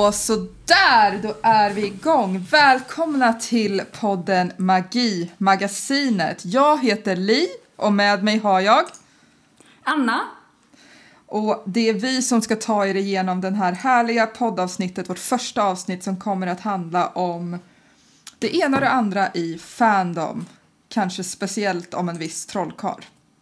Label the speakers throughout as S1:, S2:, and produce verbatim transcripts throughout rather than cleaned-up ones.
S1: Så, så där, då är vi igång. Välkomna till podden Magi-magasinet. Jag heter Li och med mig har jag
S2: Anna.
S1: Och det är vi som ska ta er igenom den här härliga poddavsnittet, vårt första avsnitt som kommer att handla om det ena och det andra i fandom. Kanske speciellt om en viss trollkarl.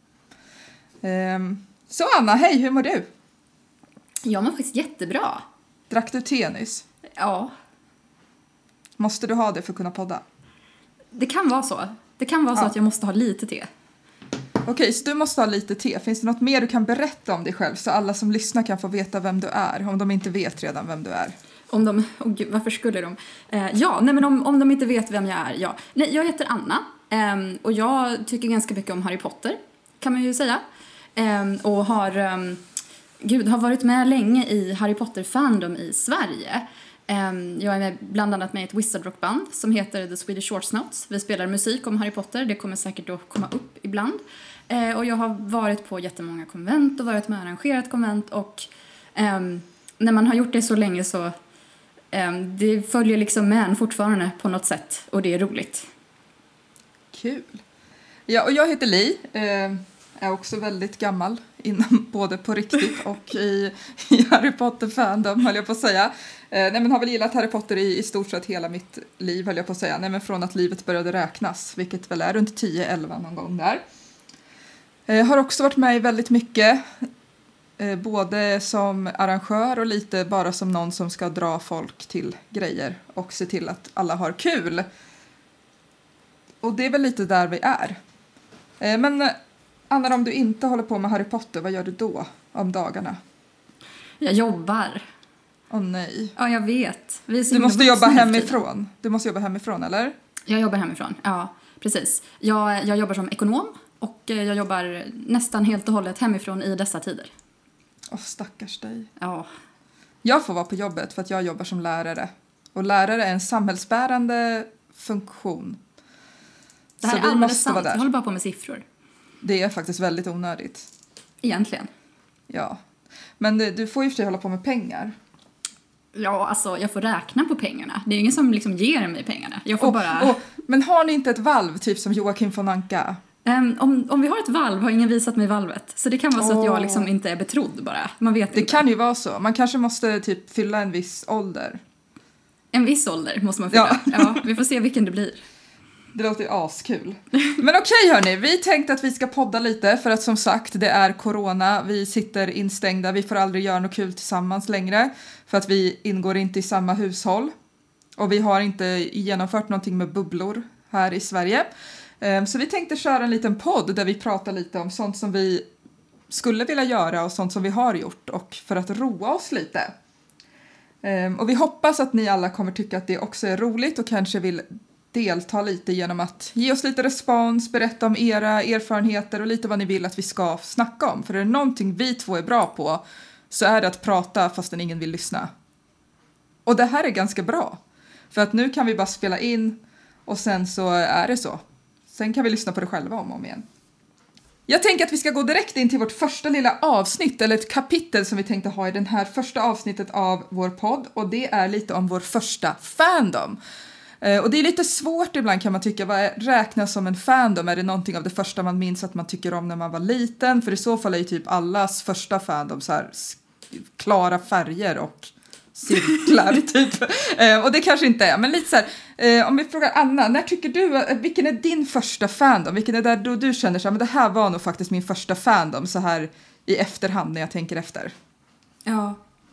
S1: Um, så Anna, hej, hur mår du?
S2: Jag mår faktiskt jättebra.
S1: Drack du te nyss?
S2: Ja.
S1: Måste du ha det för att kunna podda?
S2: Det kan vara så. Det kan vara så
S1: ja.
S2: att jag måste ha lite te.
S1: Okej, så du måste ha lite te. Finns det något mer du kan berätta om dig själv så alla som lyssnar kan få veta vem du är? Om de inte vet redan vem du är.
S2: Om de... Åh oh gud, varför skulle de? Eh, ja, nej men om, om de inte vet vem jag är, ja. Nej, jag heter Anna. Eh, och jag tycker ganska mycket om Harry Potter, kan man ju säga. Eh, och har... Eh, Gud, har varit med länge i Harry Potter-fandom i Sverige. Um, jag är med, bland annat med ett Wizard Rock-band som heter The Swedish Short Notes. Vi spelar musik om Harry Potter, det kommer säkert att komma upp ibland. Uh, och jag har varit på jättemånga konvent och varit med och arrangerat konvent. Och um, när man har gjort det så länge så um, det följer liksom med en fortfarande på något sätt. Och det är roligt.
S1: Kul. Ja, och jag heter Li. Uh... är också väldigt gammal inom både på riktigt och i, i Harry Potter-fandom, höll jag på att säga. Eh, nej, men har väl gillat Harry Potter i, i stort sett hela mitt liv, höll jag på att säga. Nej, men från att livet började räknas, vilket väl är runt tio elva någon gång där. Eh, har också varit med i väldigt mycket, eh, både som arrangör och lite bara som någon som ska dra folk till grejer och se till att alla har kul. Och det är väl lite där vi är. Eh, men... Anna, om du inte håller på med Harry Potter, vad gör du då om dagarna?
S2: Jag jobbar.
S1: Åh oh, nej.
S2: Ja, jag vet. Vi
S1: du måste jobba hemifrån. Du måste jobba hemifrån, eller?
S2: Jag jobbar hemifrån, ja, precis. Jag, jag jobbar som ekonom och jag jobbar nästan helt och hållet hemifrån i dessa tider.
S1: Åh, oh, stackars dig.
S2: Ja.
S1: Jag får vara på jobbet för att jag jobbar som lärare. Och lärare är en samhällsbärande funktion.
S2: Det här
S1: Så
S2: är alldeles sant. Jag håller bara på med siffror.
S1: Det är faktiskt väldigt onödigt.
S2: Egentligen.
S1: Ja. Men det, du får ju för sig hålla på med pengar.
S2: Ja, alltså jag får räkna på pengarna. Det är ingen som liksom ger mig pengarna. Jag får
S1: och,
S2: bara...
S1: Och, men har ni inte ett valv, typ som Joakim von Anka?
S2: Um, om, om vi har ett valv har ingen visat mig valvet. Så det kan vara så oh. att jag liksom inte är betrodd bara. Man vet
S1: det
S2: inte.
S1: kan ju vara så. Man kanske måste typ fylla en viss ålder.
S2: En viss ålder måste man fylla. Ja. Ja, vi får se vilken det blir.
S1: Det låter ju askul. Men okej hörni, vi tänkte att vi ska podda lite för att som sagt det är corona. Vi sitter instängda, vi får aldrig göra något kul tillsammans längre för att vi ingår inte i samma hushåll. Och vi har inte genomfört någonting med bubblor här i Sverige. Så vi tänkte köra en liten podd där vi pratar lite om sånt som vi skulle vilja göra och sånt som vi har gjort och för att roa oss lite. Och vi hoppas att ni alla kommer tycka att det också är roligt och kanske vill delta lite genom att ge oss lite respons, berätta om era erfarenheter och lite vad ni vill att vi ska snacka om. För är det någonting vi två är bra på så är det att prata fastän ingen vill lyssna. Och det här är ganska bra. För att nu kan vi bara spela in och sen så är det så. Sen kan vi lyssna på det själva om och om igen. Jag tänker att vi ska gå direkt in till vårt första lilla avsnitt eller ett kapitel som vi tänkte ha i den här första avsnittet av vår podd. Och det är lite om vår första fandom. Och det är lite svårt ibland kan man tycka, vad räknas som en fandom? Är det någonting av det första man minns att man tycker om när man var liten? För i så fall är ju typ allas första fandom så här klara färger och cirklar typ. Och det kanske inte är, men lite så här, om vi frågar Anna, när tycker du, vilken är din första fandom? Vilken är där då du känner så här, men det här var nog faktiskt min första fandom så här i efterhand när jag tänker efter?
S2: Ja,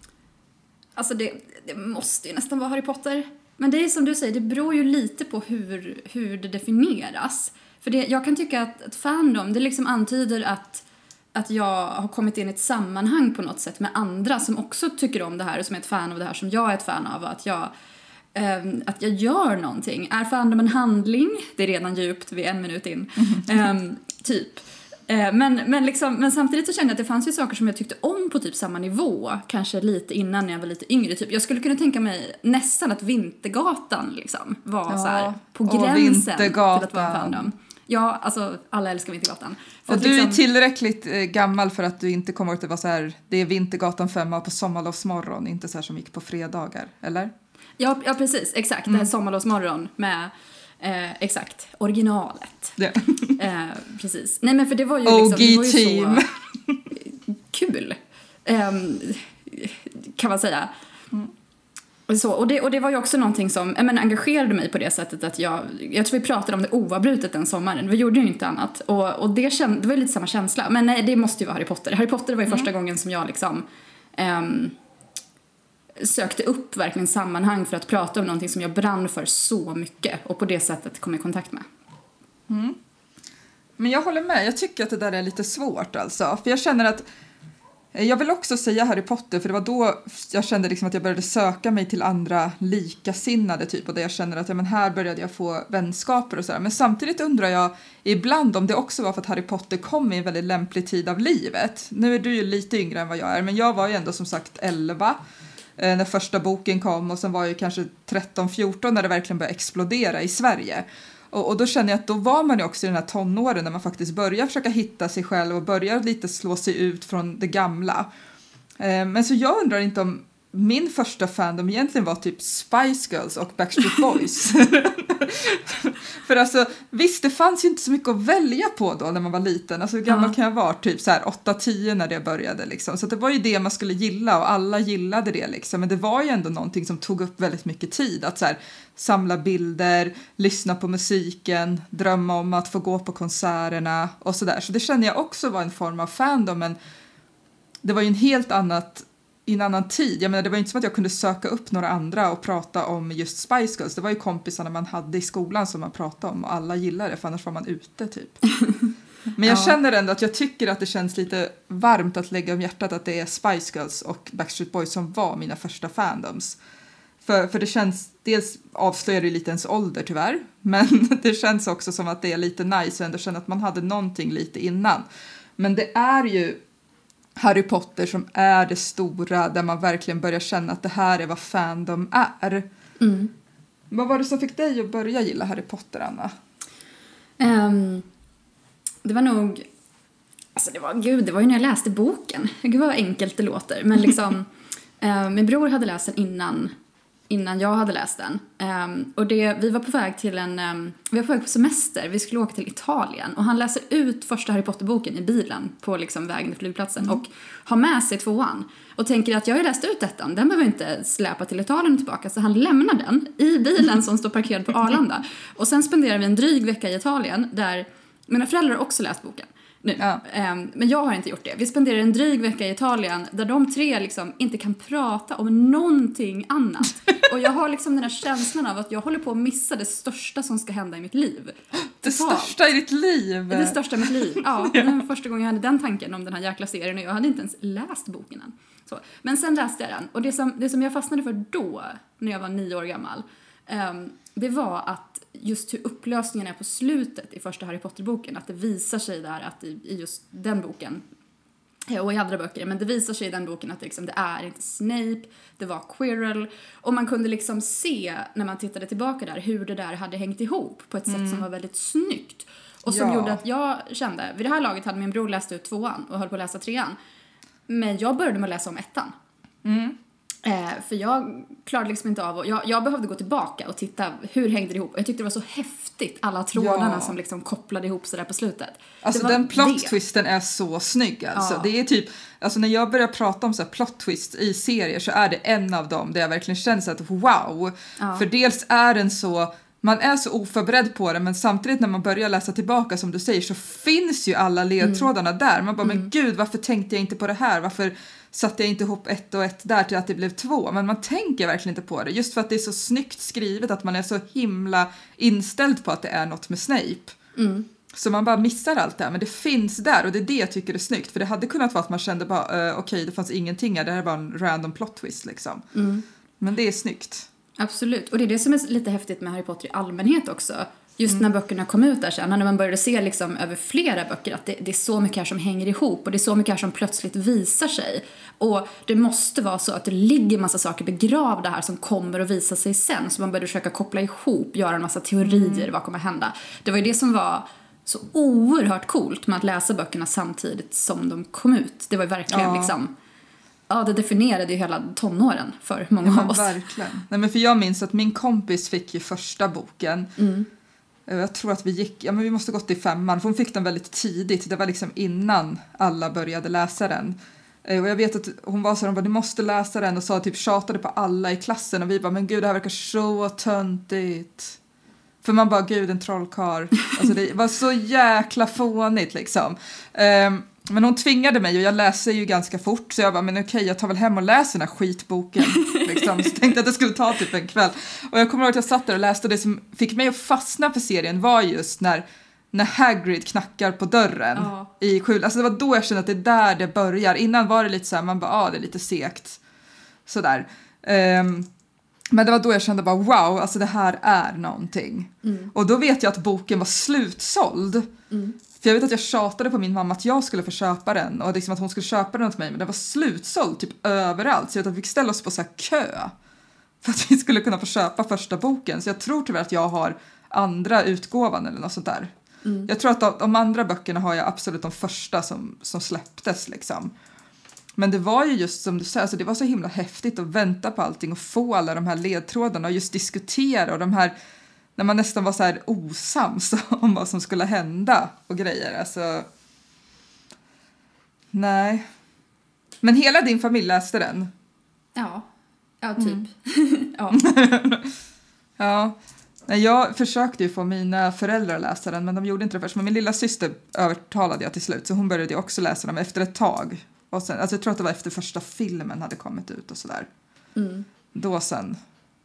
S2: alltså det, det måste ju nästan vara Harry Potter. Men det är som du säger, det beror ju lite på hur, hur det definieras. För det, jag kan tycka att, att fandom, det liksom antyder att, att jag har kommit in i ett sammanhang på något sätt med andra som också tycker om det här och som är ett fan av det här som jag är ett fan av. Att jag, eh, att jag gör någonting. Är fandom en handling? Det är redan djupt, vi är en minut in. Mm. Eh, typ. Men, men, liksom, men samtidigt så kände jag att det fanns ju saker som jag tyckte om på typ samma nivå. Kanske lite innan när jag var lite yngre. Typ. Jag skulle kunna tänka mig nästan att Vintergatan liksom, var ja, så här, på gränsen till att vara en fandom. Ja, alltså alla älskar Vintergatan. För
S1: och
S2: att
S1: du
S2: liksom...
S1: är tillräckligt eh, gammal för att du inte kommer ihåg att det var så här, det är Vintergatan femma på sommarlovsmorgon, inte så här som gick på fredagar, eller?
S2: Ja, ja precis, exakt. Mm. Det här sommarlovsmorgon med, eh, exakt, originalet.
S1: Yeah.
S2: eh, precis. Nej men för det var ju liksom, det var ju
S1: team.
S2: så kul, eh, kan man säga. Mm. Och, så, och, det, och det var ju också någonting som jag men, engagerade mig på det sättet att jag, jag tror vi pratade om det oavbrutet den sommaren. Vi gjorde ju inte annat. Och, och det, känd, det var ju lite samma känsla. Men nej, det måste ju vara Harry Potter. Harry Potter var ju mm. första gången som jag liksom um, sökte upp verkligen sammanhang för att prata om någonting som jag brann för så mycket. Och på det sättet kom jag i kontakt med.
S1: Mm. Men jag håller med. Jag tycker att det där är lite svårt alltså. För jag känner att jag vill också säga Harry Potter, för det var då jag kände liksom att jag började söka mig till andra likasinnade typ, och där jag känner att ja, men här började jag få vänskaper och sådär. Men samtidigt undrar jag ibland om det också var för att Harry Potter kom i en väldigt lämplig tid av livet. Nu är du ju lite yngre än vad jag är, men jag var ju ändå som sagt elva eh, när första boken kom, och sen var jag ju kanske tretton fjorton när det verkligen började explodera i Sverige. Och, och då känner jag att då var man ju också i den här tonåren när man faktiskt börjar försöka hitta sig själv och börjar lite slå sig ut från det gamla. Eh, men så jag undrar inte om min första fandom egentligen var typ Spice Girls och Backstreet Boys. För alltså, visst det fanns ju inte så mycket att välja på då när man var liten. Alltså hur gammal ja. kan jag vara? Typ så här åtta tio när det började liksom. Så det var ju det man skulle gilla och alla gillade det liksom. Men det var ju ändå någonting som tog upp väldigt mycket tid. Att så här, samla bilder, lyssna på musiken, drömma om att få gå på konserterna och sådär. Så det känner jag också var en form av fandom. Men det var ju en helt annat... i en annan tid. Jag menar, det var inte som att jag kunde söka upp några andra och prata om just Spice Girls. Det var ju kompisarna man hade i skolan som man pratade om och alla gillade det, för annars var man ute typ. Men jag ja. känner ändå att jag tycker att det känns lite varmt att lägga om hjärtat att det är Spice Girls och Backstreet Boys som var mina första fandoms. För, för det känns, dels avslöjar det lite ens ålder tyvärr, men det känns också som att det är lite nice och ändå känner att man hade någonting lite innan. Men det är ju Harry Potter som är det stora där man verkligen börjar känna att det här är vad fandom är. Mm. Vad var det som fick dig att börja gilla Harry Potter, Anna?
S2: Um, det var nog... Alltså det var, gud, det var ju när jag läste boken. Gud vad enkelt det låter. Men liksom, uh, min bror hade läst den innan, innan jag hade läst den. Um, och det, vi var på väg till en... Um, vi var på väg på semester. Vi skulle åka till Italien. Och han läser ut första Harry Potter-boken i bilen på liksom vägen till flygplatsen. Mm. Och har med sig tvåan. Och tänker att jag har läst ut detta. Den behöver inte släpa till Italien och tillbaka. Så han lämnar den i bilen som står parkerad på Arlanda. Och sen spenderar vi en dryg vecka i Italien. Där mina föräldrar också läst boken. Nu. Ja. Um, men jag har inte gjort det. Vi spenderar en dryg vecka i Italien där de tre liksom inte kan prata om någonting annat. Och jag har liksom den här känslan av att jag håller på att missa det största som ska hända i mitt liv.
S1: Det Totalt. största i ditt liv?
S2: Det största i mitt liv, ja. Det var första gången jag hade den tanken om den här jäkla serien. Och jag hade inte ens läst boken än. Så. Men sen läste jag den. Och det som, det som jag fastnade för då, när jag var nio år gammal, um, det var att just hur upplösningen är på slutet i första Harry Potter-boken. Att det visar sig där att i, i just den boken, och i andra böcker, men det visar sig i den boken att det, liksom, det är inte Snape, det var Quirrell. Och man kunde liksom se, när man tittade tillbaka där, hur det där hade hängt ihop på ett mm. sätt som var väldigt snyggt. Och som ja. gjorde att jag kände, vid det här laget hade min bror läst ut tvåan och höll på att läsa trean. Men jag började med att läsa om ettan. Mm. Eh, för jag klarade liksom inte av, och jag, jag behövde gå tillbaka och titta hur hängde det ihop. Och jag tyckte det var så häftigt, alla trådarna ja. som liksom kopplade ihop sig där på slutet.
S1: Alltså den plot-twisten är så snygg alltså. Ja. Det är typ, alltså när jag börjar prata om så här plot-twist i serier så är det en av dem där jag verkligen känner att wow. Ja. För dels är den så, man är så oförberedd på det, men samtidigt när man börjar läsa tillbaka som du säger så finns ju alla ledtrådarna mm. där. Man bara, mm. men gud, varför tänkte jag inte på det här? Varför satte jag inte ihop ett och ett där till att det blev två? Men man tänker verkligen inte på det. Just för att det är så snyggt skrivet att man är så himla inställd på att det är något med Snape. Mm. Så man bara missar allt det här. Men det finns där och det är det jag tycker är snyggt. För det hade kunnat vara att man kände bara, uh, okej okay, det fanns ingenting här. Det här är bara en random plot twist liksom. Mm. Men det är snyggt.
S2: Absolut. Och det är det som är lite häftigt med Harry Potter i allmänhet också. Just mm. när böckerna kom ut där sen, när man började se liksom över flera böcker att det, det är så mycket här som hänger ihop och det är så mycket här som plötsligt visar sig. Och det måste vara så att det ligger massa saker begravda här som kommer att visa sig sen. Så man började försöka koppla ihop, göra en massa teorier, mm. vad kommer hända. Det var ju det som var så oerhört coolt med att läsa böckerna samtidigt som de kom ut. Det var verkligen
S1: Ja.
S2: liksom... Ja, det definierade ju hela tonåren för många
S1: Ja,
S2: av oss.
S1: verkligen. Nej, men för jag minns att min kompis fick ju första boken.
S2: Mm.
S1: Jag tror att vi gick, ja men vi måste gått i femman, för hon fick den väldigt tidigt. Det var liksom innan alla började läsa den. Och jag vet att hon var så, hon bara, du måste läsa den, och sa typ tjatade på alla i klassen, och vi bara, men gud det här verkar så töntigt. För man bara, gud en trollkarl. Alltså det var så jäkla fånigt liksom. Um, men hon tvingade mig, och jag läser ju ganska fort, så jag bara, men okej, jag tar väl hem och läser den här skitboken. Liksom. Så tänkte att det skulle ta typ en kväll. Och jag kommer ihåg att jag satt där och läste, och det som fick mig att fastna för serien var just när, när Hagrid knackar på dörren.
S2: Ja.
S1: I skjul. Alltså det var då jag kände att det är där det börjar. Innan var det lite så här, man bara, ja ah, det är lite segt. Sådär. Um, men det var då jag kände bara, wow, alltså det här är någonting.
S2: Mm.
S1: Och då vet jag att boken var slutsåld.
S2: Mm.
S1: För jag vet att jag tjatade på min mamma att jag skulle få köpa den. Och liksom att hon skulle köpa den åt mig. Men den var slutsåld typ överallt. Så jag vet att vi fick ställa oss på så här kö. För att vi skulle kunna få köpa första boken. Så jag tror tyvärr att jag har andra utgåvan eller något sånt där.
S2: Mm.
S1: Jag tror att de, de andra böckerna har jag absolut de första som, som släpptes liksom. Men det var ju just som du säger, alltså det var så himla häftigt att vänta på allting och få alla de här ledtrådarna och just diskutera, och de här, när man nästan var så här osams om vad som skulle hända och grejer. Alltså, nej. Men hela din familj läste den?
S2: Ja, ja typ.
S1: Mm.
S2: ja.
S1: Ja. Jag försökte ju få mina föräldrar att läsa den, men de gjorde inte det först. Men min lilla syster övertalade jag till slut, så hon började ju också läsa den efter ett tag. Och sen, alltså jag tror att det var efter första filmen hade kommit ut och sådär.
S2: Mm.
S1: Då sen.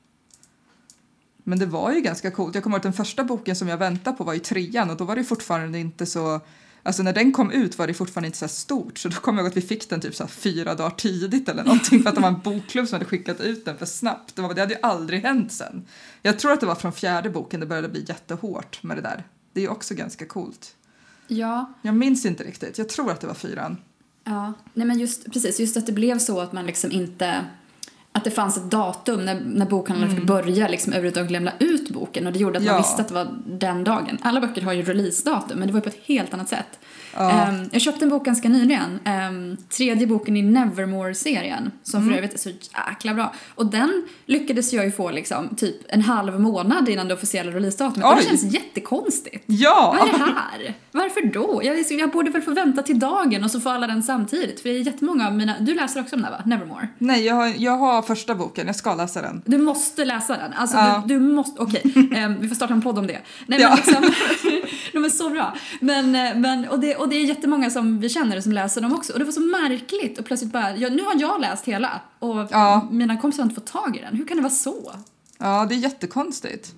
S1: Men det var ju ganska coolt. Jag kommer ihåg att den första boken som jag väntade på var i trean, och då var det fortfarande inte så... Alltså när den kom ut var det fortfarande inte så här stort, så då kommer jag ihåg att vi fick den typ så här fyra dagar tidigt eller någonting, för att det var en bokklubb som hade skickat ut den för snabbt. Det, var, det hade ju aldrig hänt sen. Jag tror att det var från fjärde boken det började bli jättehårt med det där. Det är ju också ganska coolt.
S2: Ja.
S1: Jag minns inte riktigt. Jag tror att det var fyran.
S2: Ja, nej men just, precis, just att det blev så att man liksom inte, att det fanns ett datum när, när bokhandeln mm. fick börja liksom överhuvudtaget lämna ut boken, och det gjorde att
S1: ja.
S2: man visste att det var den dagen. Alla böcker har ju releasedatum, men det var på ett helt annat sätt.
S1: Ja.
S2: Um, jag köpte en bok ganska nyligen, um, tredje boken i Nevermore-serien, som
S1: Mm.
S2: för övrigt är så jäkla bra. Och den lyckades jag ju få liksom typ en halv månad innan det officiella releasedatumet. Och det känns jättekonstigt.
S1: Ja!
S2: Vad är det här? Varför då? Jag, jag borde väl få vänta till dagen och så får alla den samtidigt. För det är jättemånga av mina... Du läser också om det, va? Nevermore.
S1: Nej, jag har, jag har första boken. Jag ska läsa den.
S2: Du måste läsa den. Alltså,
S1: Ja.
S2: du, du måste... Okej, okay. um, vi får starta en podd om det. Nej, men
S1: Ja.
S2: liksom... de är så bra. Men, men, och, det, och det är jättemånga som vi känner som läser dem också. Och det var så märkligt. Och plötsligt bara... Ja, nu har jag läst hela. Och
S1: Ja.
S2: mina kompisar har inte fått tag i den. Hur kan det vara så?
S1: Ja, det är jättekonstigt.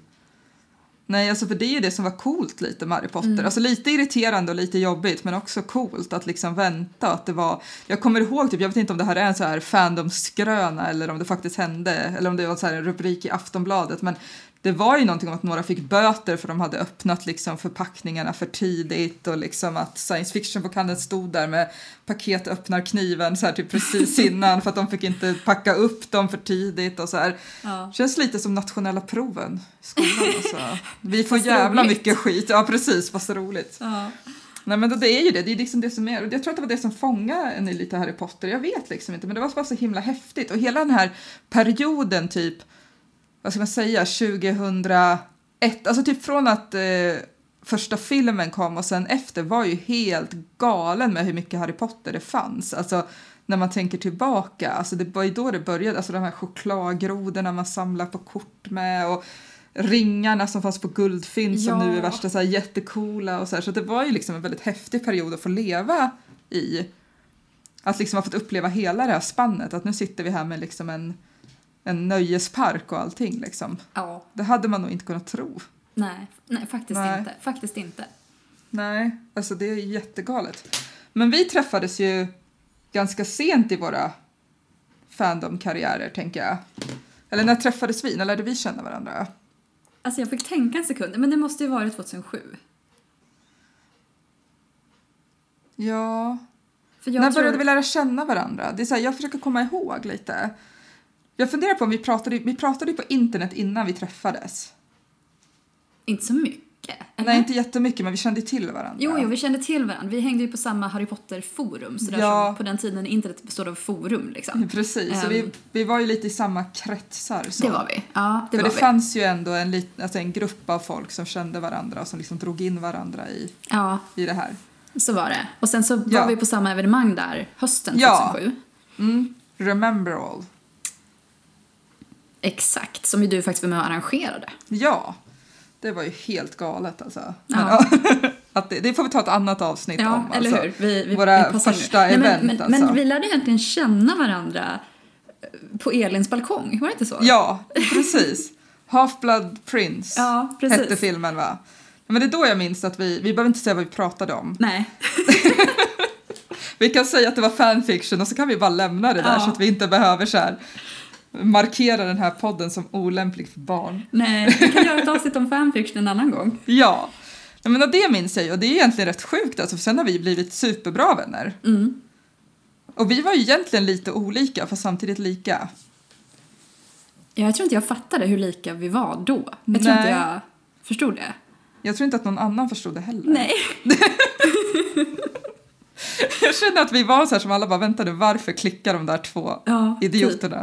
S1: Nej, alltså för det är ju det som var coolt lite med Harry Potter. Mm. Alltså lite irriterande och lite jobbigt, men också coolt att liksom vänta. Att det var, jag kommer ihåg, typ, jag vet inte om det här är en så här fandomsgröna eller om det faktiskt hände, eller om det var så här en rubrik i Aftonbladet, men det var ju någonting om att några fick böter för de hade öppnat liksom förpackningarna för tidigt, och liksom att science fiction-bokhandeln stod där med paket öppnar kniven så här typ precis innan för att de fick inte packa upp dem för tidigt och så här.
S2: Ja.
S1: Känns lite som nationella proven i skolan. Alltså. Vi får
S2: Fast
S1: jävla
S2: roligt.
S1: mycket skit. Ja, precis. Vad så roligt.
S2: Ja.
S1: Nej, men då, det är ju det. Det är liksom det som är. Jag tror att det var det som fångade en i lite Harry Potter. Jag vet liksom inte. Men det var bara så himla häftigt. Och hela den här perioden typ, vad ska man säga, tjugohundraett. Alltså typ från att eh, första filmen kom och sen efter var ju helt galen med hur mycket Harry Potter det fanns. Alltså när man tänker tillbaka. Alltså det var ju då det började. Alltså de här chokladgrodorna man samlar på kort med och ringarna som fanns på guldfynd som
S2: Ja.
S1: nu är värsta så här jättecoola och så här. Så det var ju liksom en väldigt häftig period att få leva i. Att liksom ha fått uppleva hela det här spannet. Att nu sitter vi här med liksom en, en nöjespark och allting liksom.
S2: Ja.
S1: Det hade man nog inte kunnat tro.
S2: Nej, nej faktiskt
S1: Nej.
S2: inte. Faktiskt inte.
S1: Nej, alltså det är jättegalet. Men vi träffades ju ganska sent i våra fandom-karriärer, tänker jag. Eller när träffades vi? När lärde vi känna varandra?
S2: Alltså jag fick tänka en sekund, men det måste ju varit tjugohundrasju.
S1: Ja.
S2: För jag
S1: När
S2: tror...
S1: började vi lära känna varandra? Det är så här, jag försöker komma ihåg lite. Jag funderar på om vi pratade, vi pratade på internet innan vi träffades.
S2: Inte så mycket. Eller?
S1: Nej, inte jättemycket, men vi kände till varandra.
S2: Jo, jo, vi kände till varandra. Vi hängde ju på samma Harry Potter-forum. Så där
S1: ja.
S2: som på den tiden internet bestod av forum. Liksom.
S1: Precis, um, så vi, vi var ju lite i samma kretsar. Så.
S2: Det var vi. Ja, det
S1: För
S2: var
S1: det
S2: vi.
S1: fanns ju ändå en, lit, alltså en grupp av folk som kände varandra och som liksom drog in varandra i,
S2: ja.
S1: i det här.
S2: Så var det. Och sen så var
S1: ja.
S2: vi på samma evenemang där hösten
S1: ja.
S2: tjugohundrasju.
S1: Mm. Remember all.
S2: Exakt, som ju du faktiskt var med och arrangerade.
S1: Ja, det var ju helt galet alltså.
S2: Ja.
S1: Men, att det, det får vi ta ett annat avsnitt
S2: ja,
S1: om.
S2: eller
S1: alltså.
S2: hur? Vi, vi,
S1: Våra
S2: vi
S1: första
S2: Nej,
S1: event.
S2: Men, men,
S1: alltså.
S2: men vi lärde egentligen känna varandra på Elins balkong, var det inte så?
S1: Ja, precis. Half-Blood Prince
S2: ja, precis.
S1: hette filmen, va? Men det är då jag minns att vi, vi behöver inte säga vad vi pratade om.
S2: Nej.
S1: Vi kan säga att det var fanfiction och så kan vi bara lämna det där ja. Så att vi inte behöver så här markera den här podden som olämplig för barn.
S2: Nej, vi kan göra ett avsnitt om fanfiction en annan gång.
S1: Ja, men det minns jag ju och det är egentligen rätt sjukt alltså, för sen har vi blivit superbra vänner.
S2: Mm.
S1: Och vi var ju egentligen lite olika fast samtidigt lika.
S2: Ja, jag tror inte jag fattade hur lika vi var då. Jag
S1: Nej.
S2: tror inte jag förstod det.
S1: Jag tror inte att någon annan förstod det heller.
S2: Nej.
S1: Jag känner att vi var så här som alla bara väntade, varför klickar de där två
S2: ja,
S1: idioterna?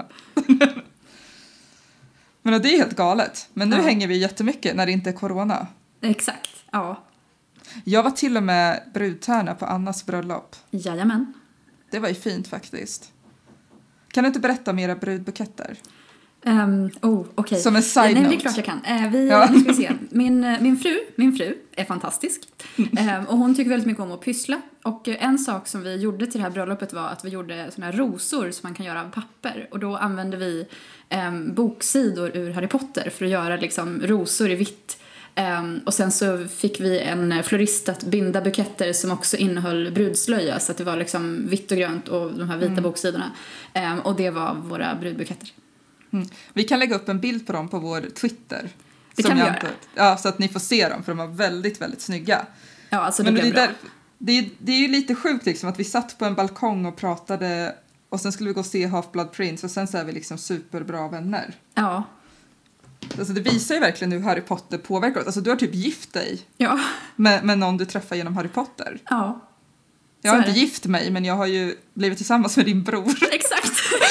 S1: Men det är helt galet. Men nu ja. Hänger vi jättemycket när det inte är corona.
S2: Exakt, ja.
S1: Jag var till och med brudtärna på Annas bröllop.
S2: Jajamän.
S1: Det var ju fint faktiskt. Kan du inte berätta om era brudbuketter?
S2: Um, oh, okay.
S1: Som en side
S2: Nej,
S1: note.
S2: det är klart jag kan. Uh, vi,
S1: ja.
S2: nu ska vi se. Min, min, fru, min fru är fantastisk. Um, och hon tycker väldigt mycket om att pyssla. Och uh, en sak som vi gjorde till det här bröllopet var att vi gjorde såna här rosor som man kan göra av papper. Och då använde vi um, boksidor ur Harry Potter för att göra liksom, rosor i vitt. Um, och sen så fick vi en florist att binda buketter som också innehöll brudslöja. Så att det var liksom vitt och grönt och de här vita mm. boksidorna. Um, och det var våra brudbuketter.
S1: Mm. Vi kan lägga upp en bild på dem på vår Twitter.
S2: Det
S1: som
S2: kan vi
S1: jag
S2: göra.
S1: Inte, ja, så att ni får se dem för de var väldigt, väldigt snygga.
S2: Ja, alltså det
S1: Men
S2: blev
S1: det, är
S2: bra.
S1: där, det, är, det är ju lite sjukt liksom att vi satt på en balkong och pratade och sen skulle vi gå och se Half-Blood Prince och sen så är vi liksom superbra vänner.
S2: Ja.
S1: Alltså det visar ju verkligen hur Harry Potter påverkar oss. Alltså du har typ gift dig
S2: ja.
S1: med, med någon du träffar genom Harry Potter.
S2: Ja.
S1: Jag har inte det. gift mig men jag har ju blivit tillsammans med din bror.
S2: Exakt.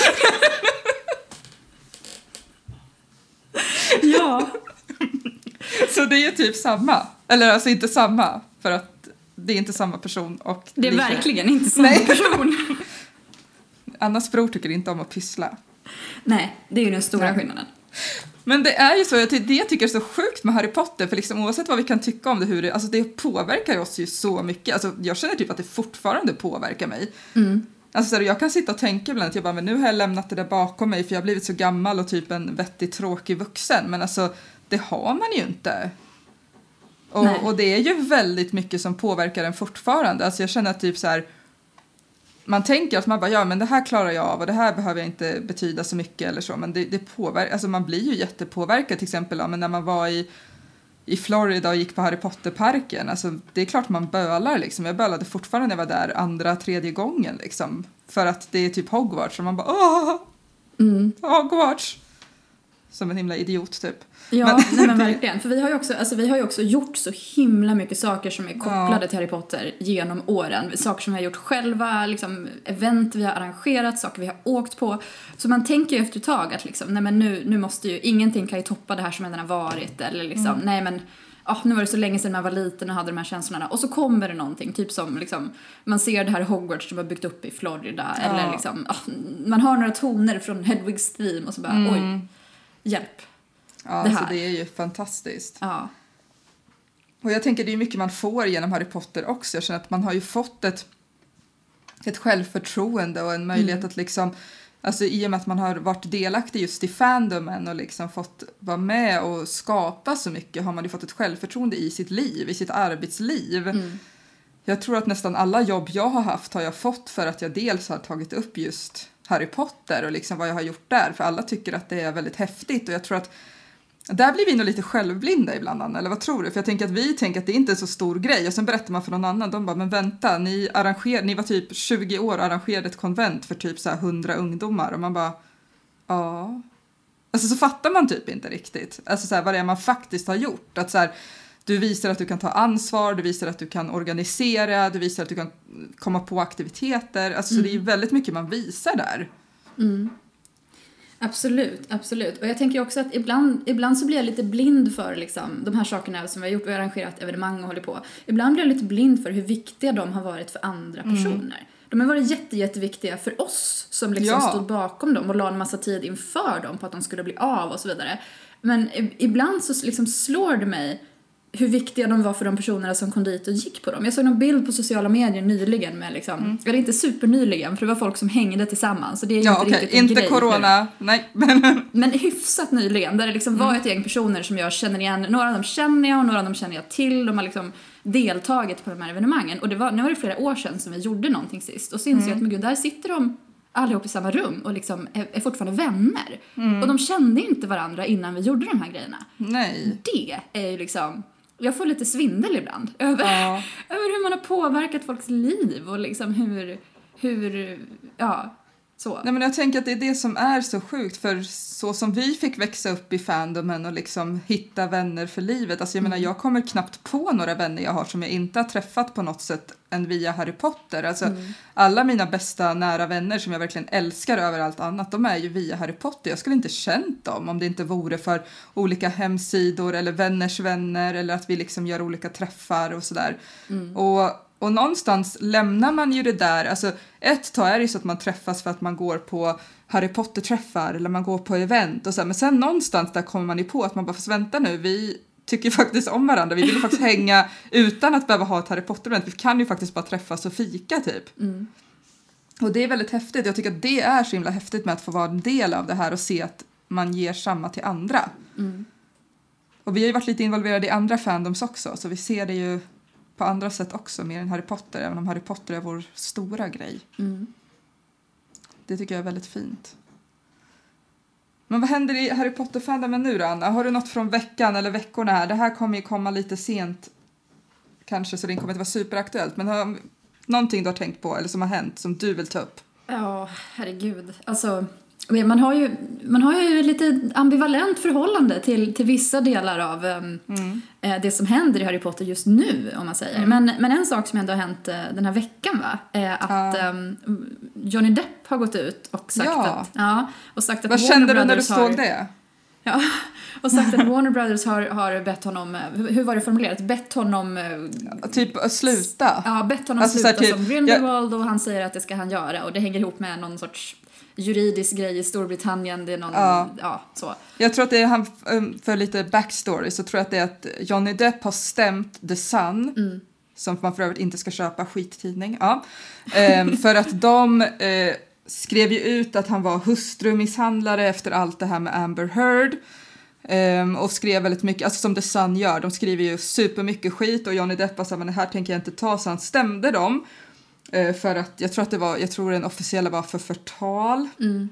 S2: Ja.
S1: Så det är ju typ samma. Eller alltså inte samma. För att det är inte samma person. Och
S2: det är
S1: lika.
S2: verkligen inte samma Nej. person.
S1: Annas bror tycker inte om att pyssla.
S2: Nej, det är ju den stora
S1: Nej.
S2: skillnaden.
S1: Men det är ju så, det jag tycker är så sjukt med Harry Potter. För liksom, oavsett vad vi kan tycka om det, hur det, alltså det påverkar oss ju så mycket. Alltså jag känner typ att det fortfarande påverkar mig.
S2: Mm.
S1: Alltså jag kan sitta och tänka ibland att jag bara, men nu har jag lämnat det där bakom mig för jag har blivit så gammal och typ en vettig tråkig vuxen. Men alltså, det har man ju inte. Och, och det är ju väldigt mycket som påverkar en fortfarande. Alltså jag känner att typ så här, man tänker att man bara, ja men det här klarar jag av och det här behöver jag inte betyda så mycket eller så. Men det, det påverkar, alltså man blir ju jättepåverkad till exempel ja, men när man var i i Florida och gick på Harry Potter-parken. Alltså, det är klart man bölar liksom. Jag bölade fortfarande när jag var där andra, tredje gången liksom. För att det är typ Hogwarts och man bara åh!
S2: Mm.
S1: Hogwarts! Som en himla idiot typ.
S2: Ja, men, nej, men verkligen. För vi har, ju också, alltså, vi har ju också gjort så himla mycket saker som är kopplade ja. till Harry Potter genom åren. Saker som vi har gjort själva, liksom, event vi har arrangerat, saker vi har åkt på. Så man tänker ju efter ett tag att liksom, nej, men nu, nu måste ju, ingenting kan ju toppa det här som redan har varit. Eller liksom, mm. nej men, oh, nu var det så länge sedan man var liten och hade de här känslorna. Och så kommer det någonting, typ som liksom, man ser det här Hogwarts som var byggt upp i Florida. Ja. Eller liksom, oh, man hör några toner från Hedwigs theme och så bara, mm. oj, hjälp.
S1: Ja, det, alltså det är ju fantastiskt.
S2: Ja.
S1: Och jag tänker det är mycket man får genom Harry Potter också. Jag känner att man har ju fått ett, ett självförtroende och en möjlighet mm. att liksom, alltså i och med att man har varit delaktig just i fandomen och liksom fått vara med och skapa så mycket har man ju fått ett självförtroende i sitt liv, i sitt arbetsliv. Mm. Jag tror att nästan alla jobb jag har haft har jag fått för att jag dels har tagit upp just Harry Potter och liksom vad jag har gjort där. För alla tycker att det är väldigt häftigt och jag tror att där blir vi nog lite självblinda ibland, Anna, eller vad tror du? För jag tänker att vi tänker att det inte är så stor grej och sen berättar man för någon annan, de bara, men vänta, ni, arranger, ni var typ tjugo år och arrangerade ett konvent för typ så här hundra ungdomar och man bara, ja. Alltså så fattar man typ inte riktigt, alltså så här, vad det är man faktiskt har gjort. Att så här, du visar att du kan ta ansvar, du visar att du kan organisera, du visar att du kan komma på aktiviteter. Alltså mm. så det är väldigt mycket man visar där.
S2: Mm. Absolut, absolut. Och jag tänker också att ibland, ibland så blir jag lite blind för liksom, de här sakerna som vi har gjort. Vi har arrangerat evenemang och håller på. Ibland blir jag lite blind för hur viktiga de har varit för andra personer. Mm. De har varit jätte, jätteviktiga för oss som liksom ja. stod bakom dem och la en massa tid inför dem på att de skulle bli av och så vidare. Men ibland så liksom slår det mig hur viktiga de var för de personerna som kom dit och gick på dem. Jag såg någon bild på sociala medier nyligen med liksom, mm. eller inte supernyligen, för det var folk som hängde tillsammans. Så det är
S1: ja,
S2: inte
S1: okay.
S2: riktigt en
S1: inte
S2: grej.
S1: Corona, nu. Nej.
S2: Men hyfsat nyligen, där det liksom mm. var ett gäng personer som jag känner igen. Några av dem känner jag och några av dem känner jag till. De har liksom deltagit på de här evenemangen. Och det var, nu var det flera år sedan som vi gjorde någonting sist. Och så inser mm. jag att men gud, där sitter de allihop i samma rum och liksom är, är fortfarande vänner. Mm. Och de kände inte varandra innan vi gjorde de här grejerna.
S1: Nej.
S2: Det är ju liksom... Jag får lite svindel ibland över, ja. över hur man har påverkat folks liv och liksom hur, hur ja, så.
S1: Nej, men jag tänker att det är det som är så sjukt, för så som vi fick växa upp i fandomen och liksom hitta vänner för livet. Alltså jag mm. menar, jag kommer knappt på några vänner jag har som jag inte har träffat på något sätt än via Harry Potter. Alltså mm. alla mina bästa nära vänner som jag verkligen älskar över allt annat, de är ju via Harry Potter. Jag skulle inte känt dem om det inte vore för olika hemsidor eller vänners vänner, eller att vi liksom gör olika träffar och sådär. Mm. Och Och någonstans lämnar man ju det där, alltså ett tag är det så att man träffas för att man går på Harry Potter-träffar eller man går på event och så här, men sen någonstans där kommer man ju på att man bara får vänta nu, vi tycker faktiskt om varandra, vi vill faktiskt hänga utan att behöva ha ett Harry Potter-event, vi kan ju faktiskt bara träffas och fika typ. Mm. Och det är väldigt häftigt, jag tycker att det är så himla häftigt med att få vara en del av det här och se att man ger samma till andra. Mm. Och vi har ju varit lite involverade i andra fandoms också, så vi ser det ju på andra sätt också, mer än Harry Potter, även om Harry Potter är vår stora grej. Mm. Det tycker jag är väldigt fint. Men vad händer i Harry Potter-fandomen nu då, Anna? Har du något från veckan eller veckorna här? Det här kommer ju komma lite sent, kanske, så det kommer inte vara superaktuellt. Men har någonting du har tänkt på eller som har hänt som du vill ta upp?
S2: Ja, herregud. Alltså... Man har ju, man har ju ett lite ambivalent förhållande till, till vissa delar av um, mm. eh, det som händer i Harry Potter just nu, om man säger. Mm. Men, men en sak som ändå har hänt eh, den här veckan, va, är att ja. um, Johnny Depp har gått ut och sagt
S1: ja.
S2: att... Ja, och sagt att
S1: vad
S2: Warner
S1: kände
S2: Brothers
S1: du när du såg
S2: har,
S1: det?
S2: Ja, och sagt att Warner Brothers har, har bett honom... Hur var det formulerat? Bett honom...
S1: Ja, typ att sluta.
S2: Ja, bett honom alltså, sluta typ, som Grindelwald ja. Och han säger att det ska han göra. Och det hänger ihop med någon sorts... juridisk grej i Storbritannien, det är någon, ja. ja, så.
S1: Jag tror att det är, han, för lite backstory, så tror jag att det är att Johnny Depp har stämt The Sun, mm. som man för övrigt inte ska köpa, skittidning, ja. ehm, för att de eh, skrev ju ut att han var hustrumisshandlare efter allt det här med Amber Heard. Um, och skrev väldigt mycket, alltså som The Sun gör, de skriver ju supermycket skit och Johnny Depp sa, men det här tänker jag inte ta, så han stämde dem. Uh, för att jag tror att det var, jag tror den officiella var för förtal. Mm.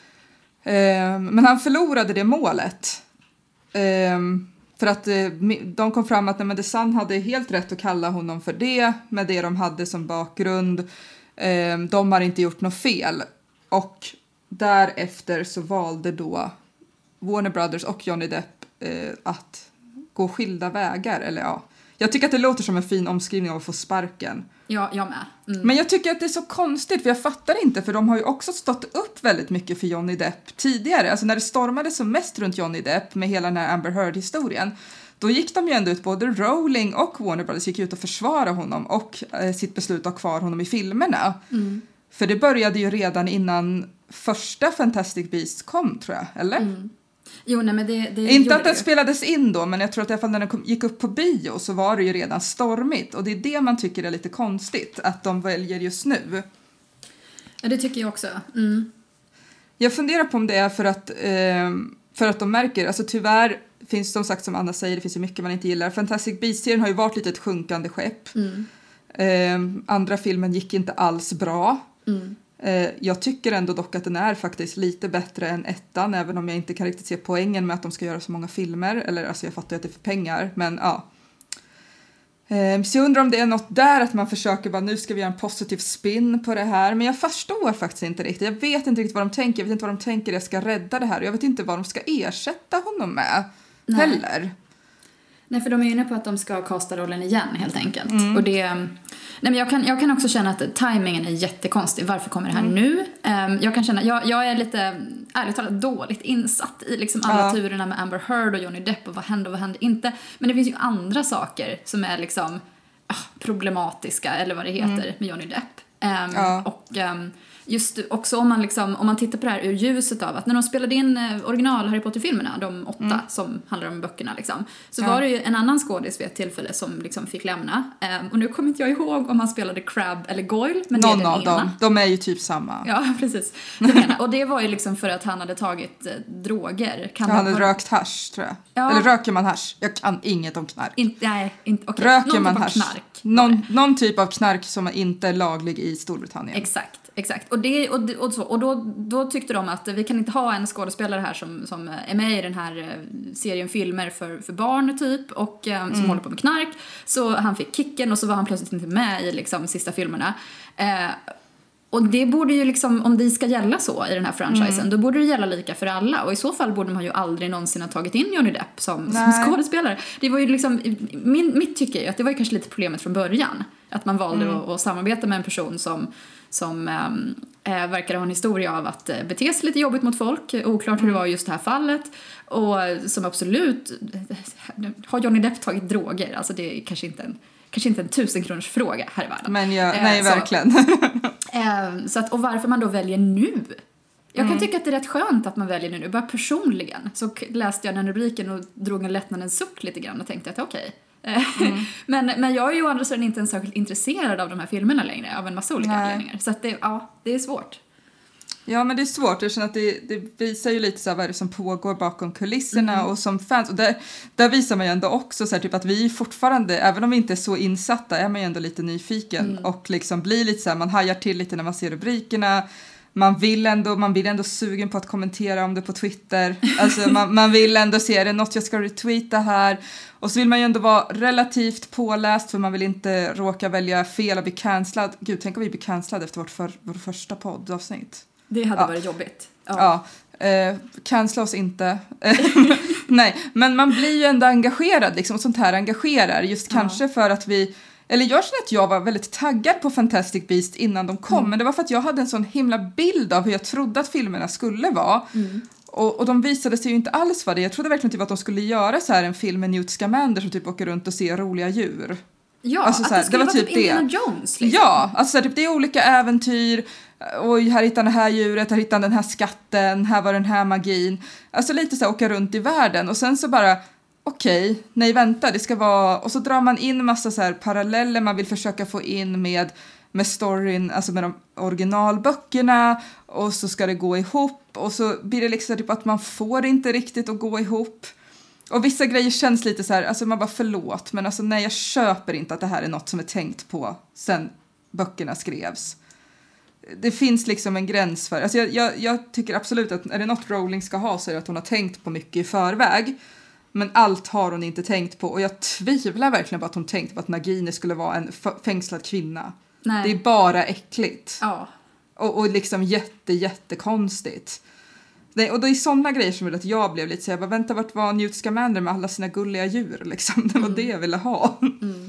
S1: Um, men han förlorade det målet. Um, för att uh, de kom fram att nej, men The Sun hade helt rätt att kalla honom för det, med det de hade som bakgrund. Um, de har inte gjort något fel. Och därefter så valde då Warner Brothers och Johnny Depp eh, att gå skilda vägar. Eller ja, jag tycker att det låter som en fin omskrivning av att få sparken.
S2: Ja, jag med. Mm.
S1: Men jag tycker att det är så konstigt, för jag fattar inte, för de har ju också stått upp väldigt mycket för Johnny Depp tidigare. Alltså när det stormade som mest runt Johnny Depp med hela den här Amber Heard-historien, då gick de ju ändå ut, både Rowling och Warner Brothers gick ut och försvara honom och eh, sitt beslut att ha kvar honom i filmerna. Mm. För det började ju redan innan första Fantastic Beasts kom, tror jag, eller? Mm.
S2: Jo, nej, men det, det
S1: inte att den spelades in då, men jag tror att i alla fall när den kom, gick upp på bio så var det ju redan stormigt. Och det är det man tycker är lite konstigt, att de väljer just nu.
S2: Ja, det tycker jag också. Mm.
S1: Jag funderar på om det är för att, eh, för att de märker, alltså tyvärr finns som sagt, som Anna säger, det finns ju mycket man inte gillar. Fantastic Beasts-serien har ju varit lite ett sjunkande skepp. Mm. Eh, andra filmen gick inte alls bra. Mm. Jag tycker ändå dock att den är faktiskt lite bättre än ettan, även om jag inte kan riktigt se poängen med att de ska göra så många filmer. Eller alltså jag fattar ju att det är för pengar, men ja. Så jag undrar om det är något där, att man försöker bara, nu ska vi göra en positiv spin på det här. Men jag förstår faktiskt inte riktigt. Jag vet inte riktigt vad de tänker. Jag vet inte vad de tänker jag ska rädda det här. Jag vet inte vad de ska ersätta honom med. Nej. Heller.
S2: Nej, för de är inne på att de ska kasta rollen igen helt enkelt.
S1: Mm.
S2: Och det... Nej, men jag kan, jag kan också känna att timingen är jättekonstig. Varför kommer det här
S1: Mm.
S2: nu? Um, jag kan känna, jag, jag är lite, ärligt talat, dåligt insatt i liksom alla
S1: Ja.
S2: turerna med Amber Heard och Johnny Depp och vad hände och vad hände inte. Men det finns ju andra saker som är liksom ah, problematiska, eller vad det heter,
S1: Mm.
S2: med Johnny Depp. Um,
S1: Ja.
S2: Och um, just också om man, liksom, om man tittar på det här ur ljuset av att när de spelade in eh, original Harry Potter-filmerna, de åtta
S1: Mm.
S2: som handlar om böckerna liksom, så
S1: Ja.
S2: var det ju en annan skådis vid ett tillfälle som liksom fick lämna. Um, och nu kommer inte jag ihåg om han spelade Crabbe eller Goyle, men
S1: Någon
S2: det är den
S1: av
S2: ena.
S1: dem. De är ju typ samma.
S2: Ja, precis. Den ena. Och det var ju liksom för att han hade tagit eh, droger. Kan
S1: Han
S2: man-
S1: hade rökt hasch, tror jag.
S2: Ja.
S1: Eller röker man hasch? Jag kan inget om knark.
S2: In, nej, inte, okej.
S1: Röker
S2: Någon
S1: man
S2: typ av
S1: hasch?
S2: knark. var
S1: Någon,
S2: det.
S1: någon typ av knark som inte är laglig i Storbritannien.
S2: Exakt, exakt. Och, det, och, det- och, så, och då, då tyckte de att vi kan inte ha en skådespelare här som, som är med i den här eh, serien filmer för, för barn typ och eh, som håller på med knark. Så han fick kicken och så var han plötsligt inte med i liksom sista filmerna. Eh, och det borde ju liksom, om det ska gälla så i den här franchisen, då borde det gälla lika för alla. Och i så fall borde man ju aldrig någonsin ha tagit in Johnny Depp som, som
S1: Nej.
S2: skådespelare. Det var ju liksom, min, mitt tycke är ju att det var ju kanske lite problemet från början. Att man valde att, att samarbeta med en person som, som ähm, äh, verkar ha en historia av att äh, bete sig lite jobbigt mot folk. Oklart hur det var i just det här fallet. Och som absolut, har Johnny Depp tagit droger? Alltså det är kanske inte en, kanske inte en tusen kronors fråga här i världen.
S1: Men jag,
S2: Eh,
S1: nej,
S2: så-
S1: verkligen.
S2: Eh, så att, och varför man då väljer nu? Jag kan
S1: Mm.
S2: tycka att det är rätt skönt att man väljer nu. Bara personligen så k- läste jag den rubriken och drog en lättnadens suck lite grann och tänkte att okej. Eh,
S1: Mm.
S2: men, men jag är ju å andra sidan inte ens särskilt intresserad av de här filmerna längre, av en massa olika
S1: Nej.
S2: anledningar. Så att det, ja, det är svårt.
S1: Ja, men det är svårt. Jag känner att det, det visar ju lite så här vad det är som pågår bakom kulisserna
S2: Mm.
S1: och som fans. Och där, där visar man ju ändå också så här, typ att vi fortfarande, även om vi inte är så insatta, är man ju ändå lite nyfiken
S2: Mm.
S1: och liksom blir lite så här, man hajar till lite när man ser rubrikerna. Man vill ändå, man vill ändå sugen på att kommentera om det på Twitter. Alltså man, man vill ändå se, är det något jag ska retweeta här? Och så vill man ju ändå vara relativt påläst för man vill inte råka välja fel och bli cancellad. Gud, tänk om vi blir cancellade efter vårt, för, vårt första poddavsnitt.
S2: Det hade
S1: Ja.
S2: varit jobbigt. Ja.
S1: Ja, eh, cancella oss inte. Nej, men man blir ju ändå engagerad liksom, och sånt här engagerar. Just
S2: Ja.
S1: kanske för att vi, eller jag känner att jag var väldigt taggad på Fantastic Beasts innan de kom,
S2: Mm.
S1: men det var för att jag hade en sån himla bild av hur jag trodde att filmerna skulle vara.
S2: Mm.
S1: Och, och de visade sig ju inte alls vara det. Jag trodde verkligen typ att de skulle göra så här en film med Newt Scamander som typ åker runt och ser roliga djur.
S2: Ja,
S1: Alltså,
S2: att
S1: så här,
S2: det skulle
S1: det var
S2: vara
S1: typ
S2: typ Indiana
S1: det.
S2: Jones. Liksom.
S1: Ja, alltså så här, typ, det är olika äventyr. Oj, här hittar han det här djuret, här hittar han den här skatten, här var den här magin. Alltså lite så här åka runt i världen och sen så bara okej, nej vänta, det ska vara, och så drar man in massa så här paralleller man vill försöka få in med med storyn, alltså med de originalböckerna, och så ska det gå ihop och så blir det liksom typ att man får inte riktigt att gå ihop. Och vissa grejer känns lite så här, alltså man bara förlåt, men alltså nej, jag köper inte att det här är något som är tänkt på sen böckerna skrevs. Det finns liksom en gräns för, alltså jag, jag, jag tycker absolut att är det något Rowling ska ha så är det att hon har tänkt på mycket i förväg. Men allt har hon inte tänkt på, och jag tvivlar verkligen på att hon tänkte på att Nagini skulle vara en f- fängslad kvinna.
S2: Nej.
S1: Det är bara äckligt.
S2: Ja.
S1: Och, och liksom jätte, jättekonstigt. Nej, och det är sådana grejer som gjorde att jag blev lite så jag bara, vänta, vart var Newt Scamander med alla sina gulliga djur liksom? Det var det jag ville ha.
S2: Mm.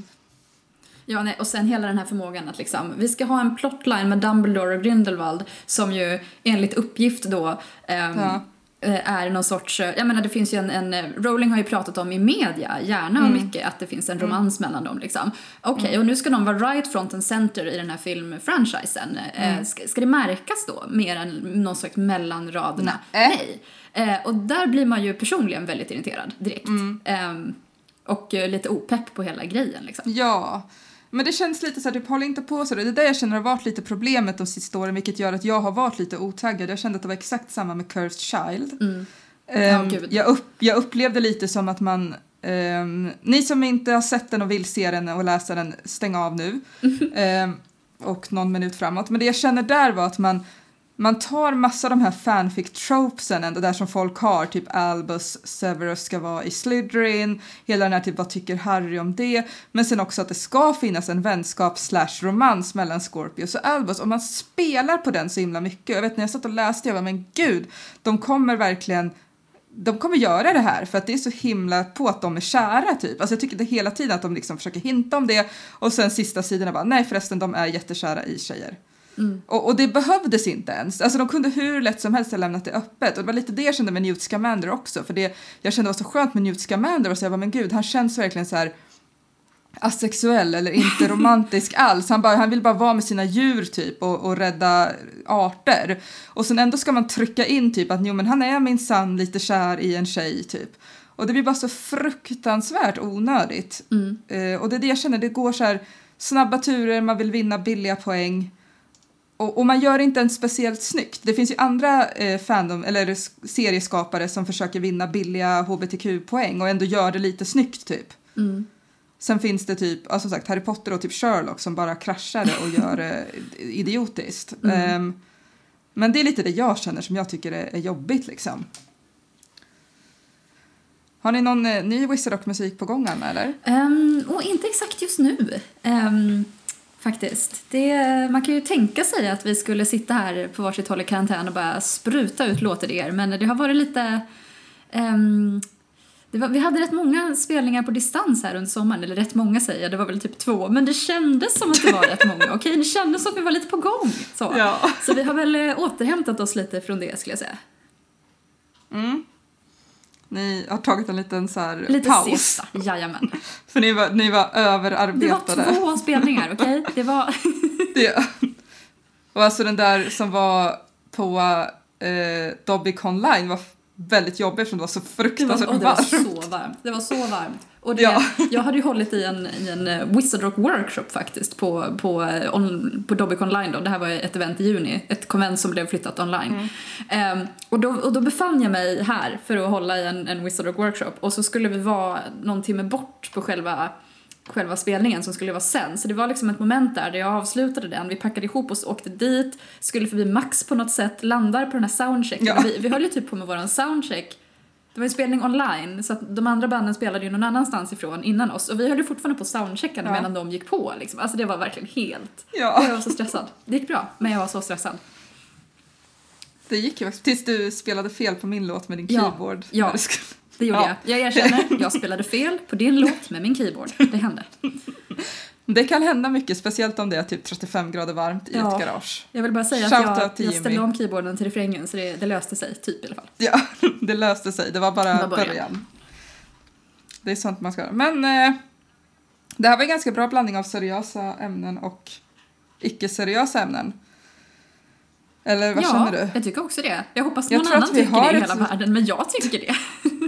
S2: Ja, nej, och sen hela den här förmågan att liksom, vi ska ha en plotline med Dumbledore och Grindelwald som ju enligt uppgift då ehm,
S1: Ja.
S2: eh, är någon sorts, eh, jag menar det finns ju en, en Rowling har ju pratat om i media, gärna och
S1: Mm.
S2: mycket, att det finns en romans mellan dem liksom. Okej, okay, och nu ska de vara right front and center i den här filmfranchisen.
S1: Mm.
S2: Eh, ska, ska det märkas då mer än någon slags mellan raderna?
S1: Nej.
S2: Nej. Eh, och där blir man ju personligen väldigt irriterad direkt.
S1: Mm.
S2: Ehm, och eh, lite opepp på hela grejen liksom.
S1: Ja, men det känns lite så här, typ håll inte på så. Det är det jag känner har varit lite problemet de sista åren, vilket gör att jag har varit lite otaggad. Jag kände att det var exakt samma med Cursed Child.
S2: Mm.
S1: Ehm,
S2: Ja, gud.
S1: jag, upp, jag upplevde lite som att man, ehm, ni som inte har sett den och vill se den och läsa den, stäng av nu. Ehm, och någon minut framåt. Men det jag känner där var att man, man tar massa av de här fanfic-tropesen ändå där som folk har, typ Albus Severus ska vara i Slytherin, hela den här typ vad tycker Harry om det, men sen också att det ska finnas en vänskap slash romans mellan Scorpius och Albus, och man spelar på den så himla mycket. Jag vet när jag satt och läste, jag var men gud, de kommer verkligen de kommer göra det här för att det är så himla på att de är kära typ. Alltså jag tycker det hela tiden att de liksom försöker hinta om det och sen sista sidorna bara nej förresten de är jättekära i tjejer. Mm. Och, och det behövdes inte ens. Alltså de kunde hur lätt som helst ha lämnat det öppet. Och det var lite det jag kände med Newt Scamander också. För det, jag kände det var så skönt med Newt Scamander och så jag bara men gud han känns verkligen så här asexuell eller inte romantisk alls. Han, bara, han vill bara vara med sina djur typ och, och rädda arter. Och sen ändå ska man trycka in typ att jo, men han är minsann lite kär i en tjej typ. Och det blir bara så fruktansvärt onödigt. Mm. Eh, och det är det jag känner, det går så här snabba turer, man vill vinna billiga poäng. Och, och man gör inte en speciellt snyggt. Det finns ju andra eh, fandom, eller serieskapare som försöker vinna billiga H B T Q-poäng och ändå gör det lite snyggt typ. Mm. Sen finns det typ, alltså som sagt, Harry Potter och typ Sherlock som bara kraschar det och gör det idiotiskt. Mm. Um, men det är lite det jag känner som jag tycker är, är jobbigt liksom. Har ni någon eh, ny Wizardrock-musik på gång, Anna, eller?
S2: Um, och inte exakt just nu, um, faktiskt. Det, man kan ju tänka sig att vi skulle sitta här på varsitt håll i karantän och bara spruta ut låter er. Men det har varit lite... Um, Det var, vi hade rätt många spelningar på distans här under sommaren. Eller rätt många säger jag, det var väl typ två. Men det kändes som att det var rätt många. Okej, det kändes som att vi var lite på gång. Så,
S1: ja.
S2: så vi har väl återhämtat oss lite från det, skulle jag säga.
S1: Mm. Ni har tagit en liten så här
S2: lite
S1: paus.
S2: Sista, jajamän.
S1: För ni var, ni var överarbetade.
S2: Det var två spelningar, okej? Det var...
S1: det. Och alltså den där som var på eh, Dobby Online var väldigt jobbigt eftersom det var så fruktansvärt varmt.
S2: Det var så varmt. Det var så varmt. Och det, ja. Jag hade ju hållit i en, i en Wizardrock workshop faktiskt på, på, on, på Dobby Online då. Det här var ett event i juni. Ett konvent som blev flyttat online. Mm. Um, och, då, och då befann jag mig här för att hålla i en, en Wizardrock workshop. Och så skulle vi vara någon timme bort på själva... själva spelningen som skulle vara sen. Så det var liksom ett moment där, där jag avslutade den. Vi packade ihop oss och åkte dit. Skulle förbi Max på något sätt. Landar på den här soundchecken. Ja. Vi, vi höll ju typ på med våran soundcheck. Det var en spelning online. Så att de andra banden spelade ju någon annanstans ifrån innan oss. Och vi höll ju fortfarande på soundchecken ja. medan de gick på. Liksom. Alltså det var verkligen helt... Ja. Jag var så stressad. Det gick bra, men jag var så stressad.
S1: Det gick ju tills du spelade fel på min låt med din keyboard.
S2: Ja, ja. Det gjorde ja. jag. Jag erkänner, jag spelade fel på din låt med min keyboard. Det hände.
S1: Det kan hända mycket, speciellt om det är typ trettiofem grader varmt i ja. ett garage.
S2: Jag vill bara säga Shout att jag, jag ställde om keyboarden till refrängen så det, det löste sig, typ i alla fall.
S1: Ja, det löste sig. Det var bara det var början. början. Det är sånt man ska göra. Men eh, det här var en ganska bra blandning av seriösa ämnen och icke-seriösa ämnen. Eller vad
S2: ja,
S1: känner du?
S2: Ja, jag tycker också det. Jag hoppas någon annan tycker det i hela ett... världen, men jag tycker det.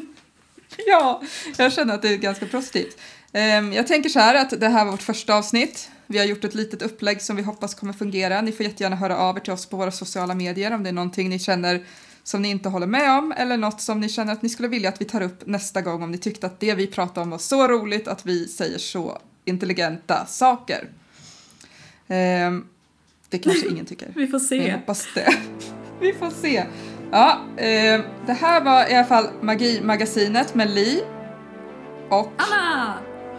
S1: Ja, jag känner att det är ganska positivt. Um, jag tänker så här att det här var vårt första avsnitt. Vi har gjort ett litet upplägg som vi hoppas kommer fungera. Ni får jättegärna höra av er till oss på våra sociala medier om det är någonting ni känner som ni inte håller med om eller något som ni känner att ni skulle vilja att vi tar upp nästa gång om ni tyckte att det vi pratade om var så roligt att vi säger så intelligenta saker. Um, det kanske ingen tycker.
S2: Vi får se.
S1: Jag hoppas det. Vi får se. Ja, eh, det här var i alla fall Magi-magasinet med Li och
S2: Anna.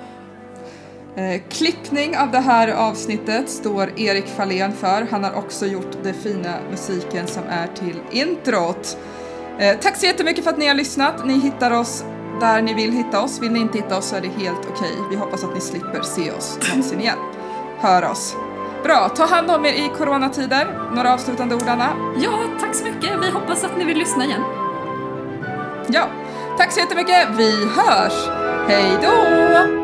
S1: Eh, klippning av det här avsnittet står Erik Fahlén för. Han har också gjort det fina musiken som är till introt. Eh, tack så jättemycket för att ni har lyssnat. Ni hittar oss där ni vill hitta oss. Vill ni inte hitta oss så är det helt okej. Vi hoppas att ni slipper se oss någonsin igen. Hör oss. Bra, ta hand om er i coronatider. Några avslutande ord, Anna?
S2: Ja, tack så mycket. Vi hoppas att ni vill lyssna igen.
S1: Ja, tack så jättemycket. Vi hörs. Hej då!